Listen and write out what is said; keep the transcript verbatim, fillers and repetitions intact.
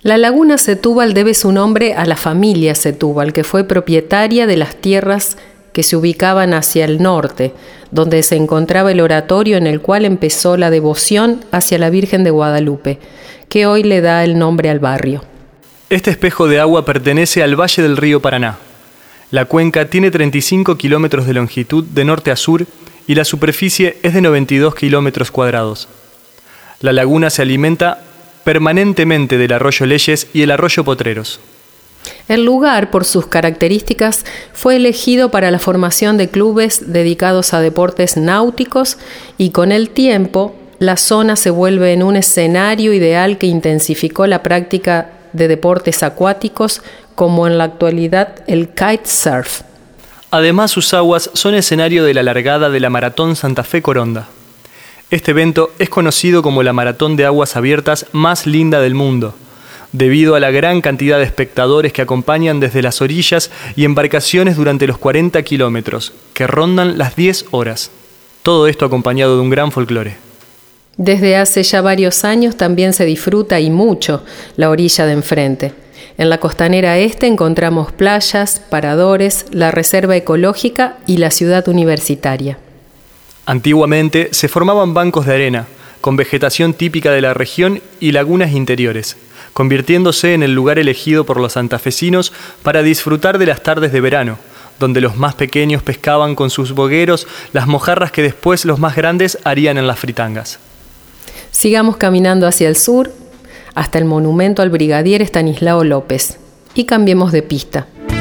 La laguna Setúbal debe su nombre a la familia Setúbal, que fue propietaria de las tierras que se ubicaban hacia el norte, donde se encontraba el oratorio en el cual empezó la devoción hacia la Virgen de Guadalupe, que hoy le da el nombre al barrio. Este espejo de agua pertenece al Valle del Río Paraná. La cuenca tiene treinta y cinco kilómetros de longitud de norte a sur y la superficie es de noventa y dos kilómetros cuadrados. La laguna se alimenta permanentemente del arroyo Leyes y el arroyo Potreros. El lugar, por sus características, fue elegido para la formación de clubes dedicados a deportes náuticos y con el tiempo la zona se vuelve en un escenario ideal que intensificó la práctica de deportes acuáticos como en la actualidad el kitesurf. Además, sus aguas son escenario de la largada de la Maratón Santa Fe Coronda. Este evento es conocido como la maratón de aguas abiertas más linda del mundo, debido a la gran cantidad de espectadores que acompañan desde las orillas y embarcaciones durante los cuarenta kilómetros, que rondan las diez horas. Todo esto acompañado de un gran folclore. Desde hace ya varios años también se disfruta y mucho la orilla de enfrente. En la costanera este encontramos playas, paradores, la reserva ecológica y la ciudad universitaria. Antiguamente se formaban bancos de arena, con vegetación típica de la región y lagunas interiores, convirtiéndose en el lugar elegido por los santafesinos para disfrutar de las tardes de verano, donde los más pequeños pescaban con sus bogueros las mojarras que después los más grandes harían en las fritangas. Sigamos caminando hacia el sur, hasta el monumento al brigadier Estanislao López, y cambiemos de pista.